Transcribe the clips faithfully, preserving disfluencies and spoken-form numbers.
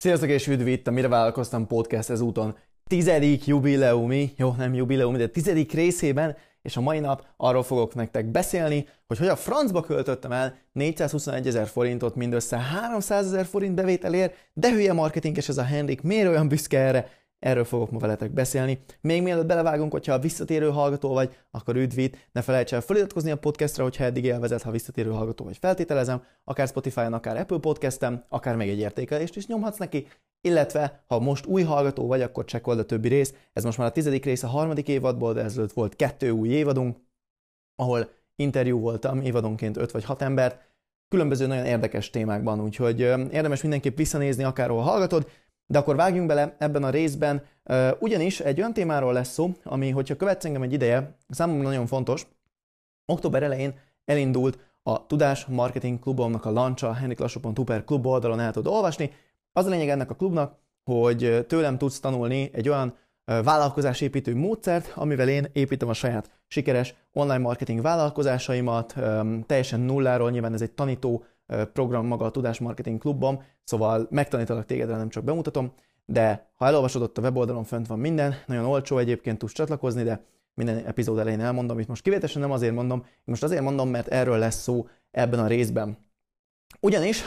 Sziasztok és üdv itt a Mire Vállalkoztam podcast ezúton tizedik jubileumi, jó nem jubileumi, de tizedik részében, és a mai nap arról fogok nektek beszélni, hogy hogy a francba költöttem el négyszázhuszonegy forintot mindössze háromszázezer forint bevételért, de hülye marketinges ez a Henrik, miért olyan büszke erre? Erről fogok ma veletek beszélni. Még mielőtt belevágunk, hogyha a visszatérő hallgató vagy, akkor üdv itt, ne felejts el feliratkozni a podcastra, hogyha eddig élvezed, ha visszatérő hallgató vagy, feltételezem, akár Spotify-on, akár Apple Podcastem, akár még egy értékelést is nyomhatsz neki, illetve ha most új hallgató vagy, akkor csekkold a többi rész. Ez most már a tizedik rész a harmadik évadból, de ezelőtt volt kettő új évadunk, ahol interjú voltam évadonként öt vagy hat embert, különböző nagyon érdekes témákban, úgyhogy érdemes mindenképp visszanézni, akárhol hallgatod. De akkor vágjunk bele ebben a részben, uh, ugyanis egy olyan témáról lesz szó, ami, hogyha követsz engem egy ideje, számomra nagyon fontos. Október elején elindult a Tudás Marketing Klubomnak a launcha, henriklassó pont hu per klub oldalon el tudod olvasni. Az a lényeg ennek a klubnak, hogy tőlem tudsz tanulni egy olyan uh, vállalkozásépítő módszert, amivel én építem a saját sikeres online marketing vállalkozásaimat, um, teljesen nulláról, nyilván ez egy tanító program maga a Tudás Marketing Klubban, szóval megtanítalak tégedre, nem csak bemutatom, de ha elolvasod, ott a weboldalon fönt van minden, nagyon olcsó egyébként, tudsz csatlakozni, de minden epizód elején elmondom, itt most kivételesen nem azért mondom, én most azért mondom, mert erről lesz szó ebben a részben. Ugyanis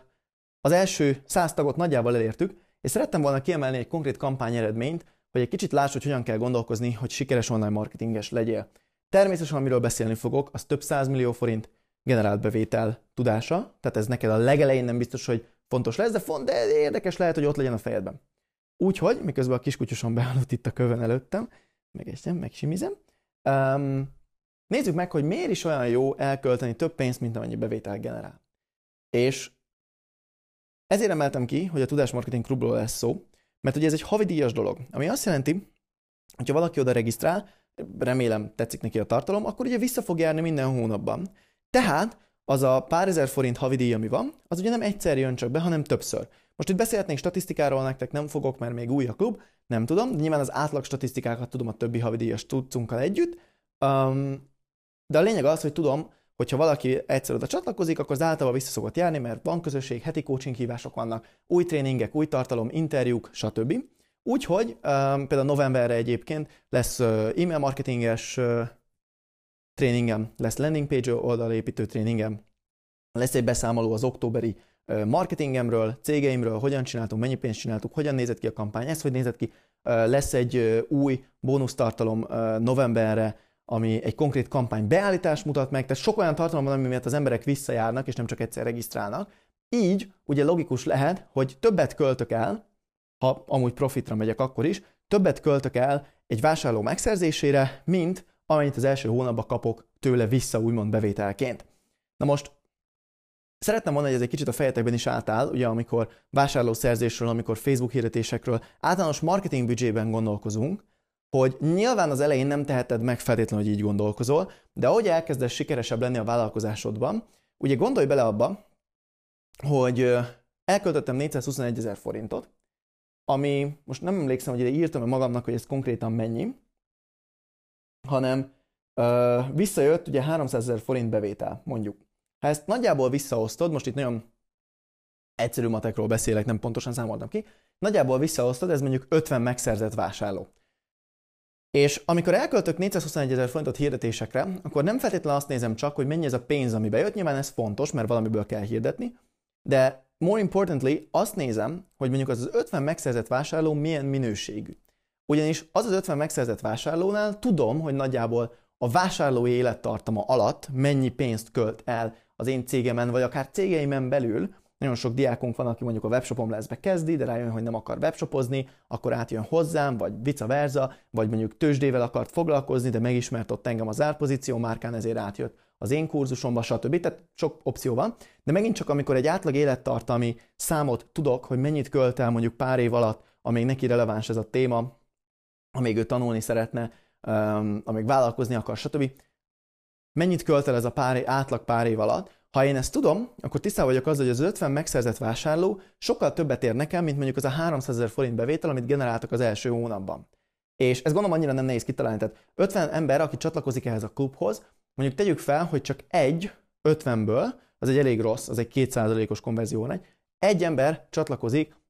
az első száz tagot nagyjából elértük, és szerettem volna kiemelni egy konkrét kampány eredményt, hogy egy kicsit láss, hogy hogyan kell gondolkozni, hogy sikeres online marketinges legyél. Természetesen, amiről beszélni fogok, az több százmillió forint generált bevétel tudása, tehát ez neked a legelején nem biztos, hogy fontos lesz, de, font, de érdekes lehet, hogy ott legyen a fejedben. Úgyhogy, miközben a kiskutyusom beállott itt a kövön előttem, megestem, megsimizem, um, nézzük meg, hogy miért is olyan jó elkölteni több pénzt, mint amennyi bevétel generál. És ezért emeltem ki, hogy a Tudás Marketing Klubról lesz szó, mert ugye ez egy havidíjas dolog, ami azt jelenti, hogyha valaki oda regisztrál, remélem tetszik neki a tartalom, akkor ugye vissza fog járni minden hónapban. Tehát az a pár ezer forint havidíj, ami van, az ugye nem egyszer jön csak be, hanem többször. Most itt beszélhetnénk statisztikáról, nektek nem fogok, mert még új a klub, nem tudom, de nyilván az átlag statisztikákat tudom a többi havidíjas tudcunkkal együtt, um, de a lényeg az, hogy tudom, hogyha valaki egyszer oda csatlakozik, akkor az általában vissza szokott járni, mert van közösség, heti coaching hívások vannak, új tréningek, új tartalom, interjúk, stb. Úgyhogy um, például novemberre egyébként lesz uh, e-mail marketinges uh, tréningem, lesz landing page oldalépítő tréningem, lesz egy beszámoló az októberi marketingemről, cégeimről, hogyan csináltunk, mennyi pénzt csináltuk, hogyan nézett ki a kampány, ez hogy nézett ki. Lesz egy új bónusztartalom novemberre, ami egy konkrét kampány beállítást mutat meg, tehát sok olyan tartalom van, ami miatt az emberek visszajárnak, és nem csak egyszer regisztrálnak. Így ugye logikus lehet, hogy többet költök el, ha amúgy profitra megyek akkor is, többet költök el egy vásárló megszerzésére, mint amennyit az első hónapban kapok tőle vissza, úgymond bevételként. Na most, szeretném mondani, hogy ez egy kicsit a fejetekben is átáll, ugye amikor vásárlószerzésről, amikor Facebook hirdetésekről, általános marketing büdzsében gondolkozunk, hogy nyilván az elején nem teheted meg feltétlenül, hogy így gondolkozol, de ahogy elkezdesz sikeresebb lenni a vállalkozásodban, ugye gondolj bele abba, hogy elköltöttem négyszázhuszonegy ezer forintot, ami most nem emlékszem, hogy ide írtam-e magamnak, hogy ez konkrétan mennyi, hanem ö, visszajött ugye háromszázezer forint bevétel, mondjuk. Ha ezt nagyjából visszaosztod, most itt nagyon egyszerű matekról beszélek, nem pontosan számoltam ki, nagyjából visszaosztod, ez mondjuk ötven megszerzett vásárló. És amikor elköltök négyszázhuszonegy ezer forintot hirdetésekre, akkor nem feltétlenül azt nézem csak, hogy mennyi ez a pénz, ami bejött, nyilván ez fontos, mert valamiből kell hirdetni, de more importantly azt nézem, hogy mondjuk az az ötven megszerzett vásárló milyen minőségű. Ugyanis az az ötven megszerzett vásárlónál tudom, hogy nagyjából a vásárlói élettartama alatt mennyi pénzt költ el az én cégemen, vagy akár cégeimen belül. Nagyon sok diákunk van, aki mondjuk a webshopom lesz be kezdi, de rájön, hogy nem akar webshopozni, akkor átjön hozzám, vagy vice versa, vagy mondjuk tőzsdével akart foglalkozni, de megismert ott engem az árpozíció márkán, ezért átjött az én kurzusomba, stb. Tehát sok opció van, de megint csak amikor egy átlag élettartami számot tudok, hogy mennyit költ el mondjuk pár év alatt, amíg neki releváns ez a téma, amíg ő tanulni szeretne, um, amíg vállalkozni akar, stb. Mennyit költ el ez a pár, átlag pár év alatt? Ha én ezt tudom, akkor tisztában vagyok azzal, hogy az ötven megszerzett vásárló sokkal többet ér nekem, mint mondjuk az a háromszázezer forint bevétel, amit generáltak az első hónapban. És ez gondolom annyira nem nehéz kitalálni. Tehát ötven ember, aki csatlakozik ehhez a klubhoz, mondjuk tegyük fel, hogy csak egy ötvenből, az egy elég rossz, az egy két százalékos konverzió, egy ember csatlakozik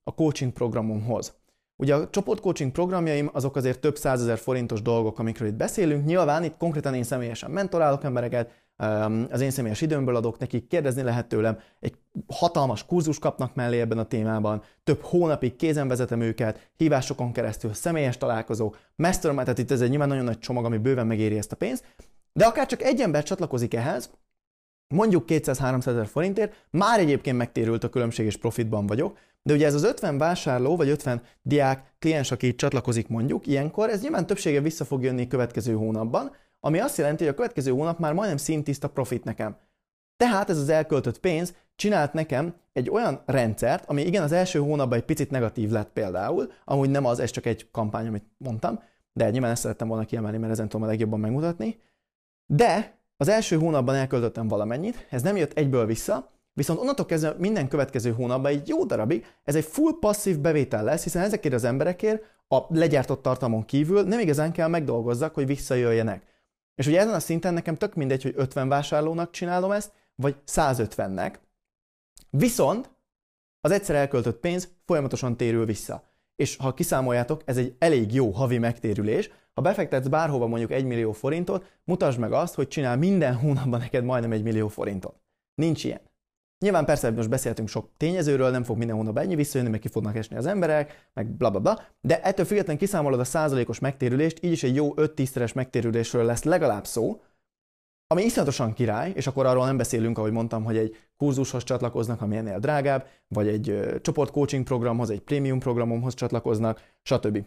a coaching programomhoz. Ugye a csoportcoaching programjaim azok azért több százezer forintos dolgok, amikről itt beszélünk. Nyilván itt konkrétan én személyesen mentorálok embereket, az én személyes időmből adok nekik, kérdezni lehet tőlem, egy hatalmas kurzus kapnak mellé ebben a témában, több hónapig kézen vezetem őket, hívásokon keresztül, személyes találkozók, mastermind, tehát itt ez egy nyilván nagyon nagy csomag, ami bőven megéri ezt a pénzt, de akár csak egy ember csatlakozik ehhez, mondjuk kétszáz-háromszáz ezer forintért, már egyébként megtérült a különbség és profitban vagyok, de ugye ez az ötven vásárló, vagy ötven diák, kliens, aki csatlakozik mondjuk, ilyenkor ez nyilván többsége vissza fog jönni következő hónapban, ami azt jelenti, hogy a következő hónap már majdnem szintiszta profit nekem. Tehát ez az elköltött pénz csinált nekem egy olyan rendszert, ami igen az első hónapban egy picit negatív lett például, amúgy nem az, ez csak egy kampány, amit mondtam, de nyilván ezt szerettem volna kiemelni, mert ezen tudom a legjobban megmutatni. De az első hónapban elköltöttem valamennyit, ez nem jött egyből vissza, viszont onnantól kezdve minden következő hónapban egy jó darabig ez egy full passzív bevétel lesz, hiszen ezekért az emberekért a legyártott tartalmon kívül nem igazán kell megdolgozzak, hogy visszajöjjenek. És ugye ezen a szinten nekem tök mindegy, hogy ötven vásárlónak csinálom ezt, vagy százötvennek. Viszont az egyszer elköltött pénz folyamatosan térül vissza. És ha kiszámoljátok, ez egy elég jó havi megtérülés. Ha befektetsz bárhova mondjuk egy millió forintot, mutasd meg azt, hogy csinál minden hónapban neked majdnem egy millió forintot. Nincs ilyen. Nyilván persze most beszéltünk sok tényezőről, nem fog minden hónapban ennyi visszajönni, meg ki fognak esni az emberek, meg blablabla, bla, bla, de ettől függetlenül kiszámolod a százalékos megtérülést, így is egy jó öt-tízszeres megtérülésről lesz legalább szó, ami iszonyatosan király, és akkor arról nem beszélünk, ahogy mondtam, hogy egy kurzushoz csatlakoznak, ami ennél drágább, vagy egy ö, csoportcoaching programhoz, egy prémium programomhoz csatlakoznak, stb.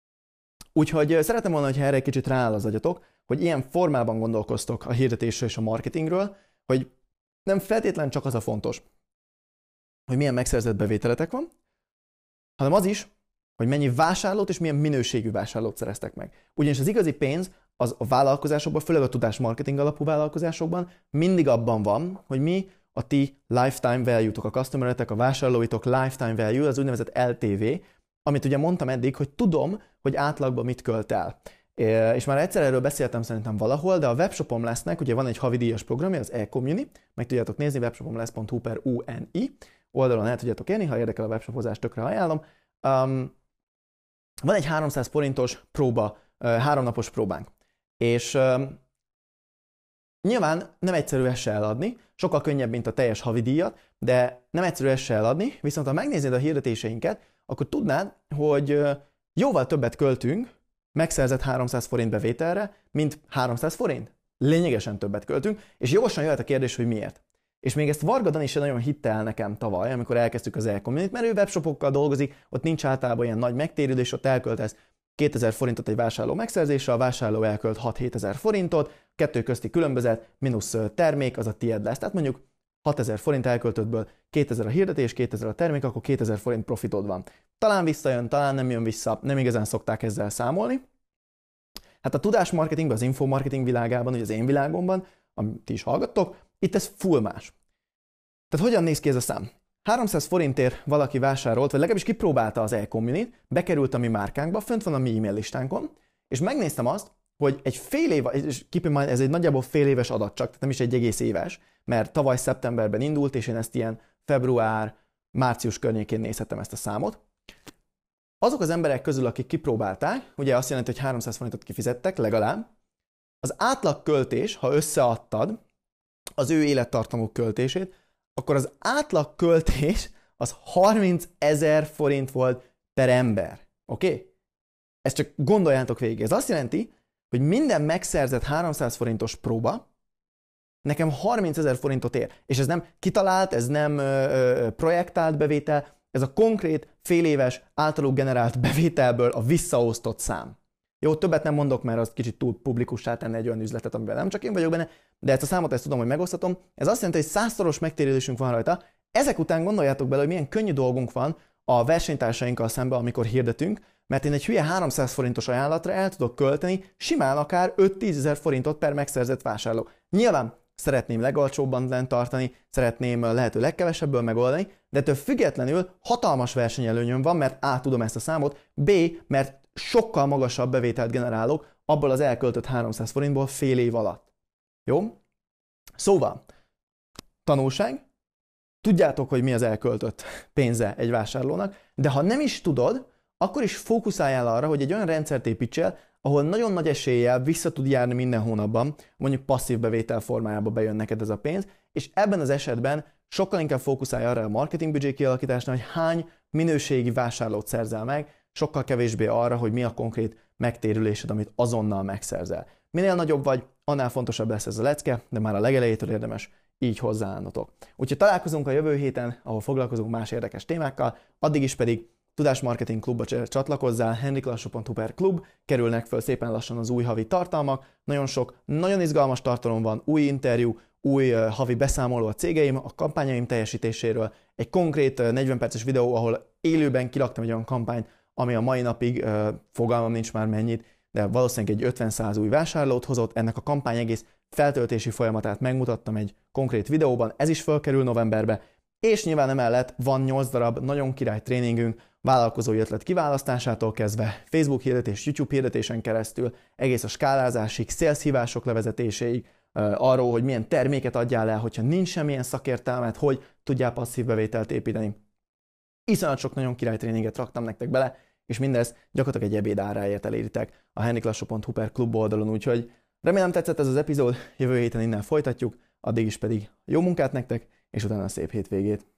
Úgyhogy szeretem volna, hogyha erre egy kicsit rááll az agyatok, hogy ilyen formában gondolkoztok a hirdetésről és a marketingről, hogy nem feltétlen csak az a fontos, hogy milyen megszerzett bevételetek van, hanem az is, hogy mennyi vásárlót és milyen minőségű vásárlót szereztek meg. Ugyanis az igazi pénz az a vállalkozásokban, főleg a tudás-marketing alapú vállalkozásokban mindig abban van, hogy mi a ti lifetime value-tok, a customeretek, a vásárlóitok lifetime value, az úgynevezett el té vé, amit ugye mondtam eddig, hogy tudom, hogy átlagban mit költ el. És már egyszer erről beszéltem szerintem valahol, de a webshopom lesznek, ugye van egy havidíjas programja, az e-community, meg tudjátok nézni, webshopom lesz pont hu per uni, oldalon el tudjátok érni, ha érdekel a webshopozás, tökre ajánlom. Um, van egy háromszáz forintos próba, uh, háromnapos próbánk, és um, nyilván nem egyszerű ezt se eladni, sokkal könnyebb, mint a teljes havidíjat, de nem egyszerű ezt se eladni, viszont ha megnéznéd a hirdetéseinket, akkor tudnád, hogy uh, jóval többet költünk megszerzett háromszáz forint bevételre, mint háromszáz forint. Lényegesen többet költünk, és jogosan jöhet a kérdés, hogy miért. És még ezt Varga Dani is nagyon hitte el nekem tavaly, amikor elkezdtük az e-community, mert ő webshopokkal dolgozik, ott nincs általában ilyen nagy megtérülés, ott elköltesz kétezer forintot egy vásárló megszerzésre, a vásárló elkölt hat-hét ezer forintot, kettő közti különbözet, mínusz termék, az a tied lesz. Tehát mondjuk hatezer forint elköltöttből kétezer a hirdetés, kétezer a termék, akkor kétezer forint profitod van. Talán visszajön, talán nem jön vissza, nem igazán szokták ezzel számolni. Hát a tudásmarketingben, az infomarketing világában, ugye az én világomban, amit ti is hallgattok, itt ez full más. Tehát hogyan néz ki ez a szám? háromszáz forintért valaki vásárolt, vagy legalábbis kipróbálta az e-community, bekerült a mi márkánkba, fönt van a mi e-mail listánkon, és megnéztem azt, hogy egy fél év, és keep in mind, ez egy nagyjából fél éves adat csak, tehát nem is egy egész éves, mert tavaly szeptemberben indult, és én ezt ilyen február, március környékén nézhettem ezt a számot. Azok az emberek közül, akik kipróbálták, ugye azt jelenti, hogy háromszáz forintot kifizettek legalább, az átlag költés, ha összeadtad az ő élettartamuk költését, akkor az átlag költés az harmincezer forint volt per ember. Oké? Okay? Ezt csak gondoljátok végig. Ez azt jelenti, hogy minden megszerzett háromszáz forintos próba nekem harmincezer forintot ér. És ez nem kitalált, ez nem ö, ö, projektált bevétel, ez a konkrét fél éves általuk generált bevételből a visszaosztott szám. Jó, többet nem mondok, mert az kicsit túl publikussá tenne egy olyan üzletet, amiben nem csak én vagyok benne, de ezt a számot ezt tudom, hogy megosztatom. Ez azt jelenti, hogy százszoros megtérülésünk van rajta. Ezek után gondoljátok bele, hogy milyen könnyű dolgunk van a versenytársainkkal szemben, amikor hirdetünk, mert én egy hülye háromszáz forintos ajánlatra el tudok költeni simán akár öt-tízezer forintot per megszerzett vásárló. Nyilván szeretném legalcsóbban lent tartani, szeretném lehető legkevesebből megoldani, de ettől függetlenül hatalmas versenyelőnyöm van, mert A, tudom ezt a számot, B, mert sokkal magasabb bevételt generálok abból az elköltött háromszáz forintból fél év alatt. Jó? Szóval, tanulság, tudjátok, hogy mi az elköltött pénze egy vásárlónak, de ha nem is tudod, akkor is fókuszáljál arra, hogy egy olyan rendszert építsél, ahol nagyon nagy eséllyel vissza tud járni minden hónapban, mondjuk passzív bevétel formájába bejön neked ez a pénz, és ebben az esetben sokkal inkább fókuszálj arra a marketingbüdzsé kialakításnál, hogy hány minőségi vásárlót szerzel meg, sokkal kevésbé arra, hogy mi a konkrét megtérülésed, amit azonnal megszerzel. Minél nagyobb vagy, annál fontosabb lesz ez a lecke, de már a legelejétől érdemes így hozzáállnotok. Úgyhogy találkozunk a jövő héten, ahol foglalkozunk más érdekes témákkal, addig is pedig Tudásmarketing Klubba csatlakozzál, henriklassó pont hu per klub, kerülnek föl szépen lassan az új havi tartalmak, nagyon sok, nagyon izgalmas tartalom van, új interjú, új uh, havi beszámoló a cégeim, a kampányaim teljesítéséről, egy konkrét uh, negyven perces videó, ahol élőben kiraktam egy olyan kampányt, ami a mai napig uh, fogalmam nincs már mennyit, de valószínűleg egy ötven-száz új vásárlót hozott, ennek a kampány egész feltöltési folyamatát megmutattam egy konkrét videóban, ez is fölkerül novemberbe, és nyilván emellett van nyolc darab nagyon király tréningünk, vállalkozói ötlet kiválasztásától kezdve, Facebook hirdetés, YouTube hirdetésen keresztül, egész a skálázásig, sales hívások levezetéséig, arról, hogy milyen terméket adjál el, hogyha nincs semmilyen szakértelmet, hogy tudjál passzív bevételt építeni. Iszonyat sok nagyon király tréninget raktam nektek bele, és mindezt gyakorlatilag egy ebéd áráért eléritek a henriklassó pont hu per klub oldalon, úgyhogy remélem tetszett ez az epizód, jövő héten innen folytatjuk, addig is pedig jó munkát nektek, és utána szép hétvégét!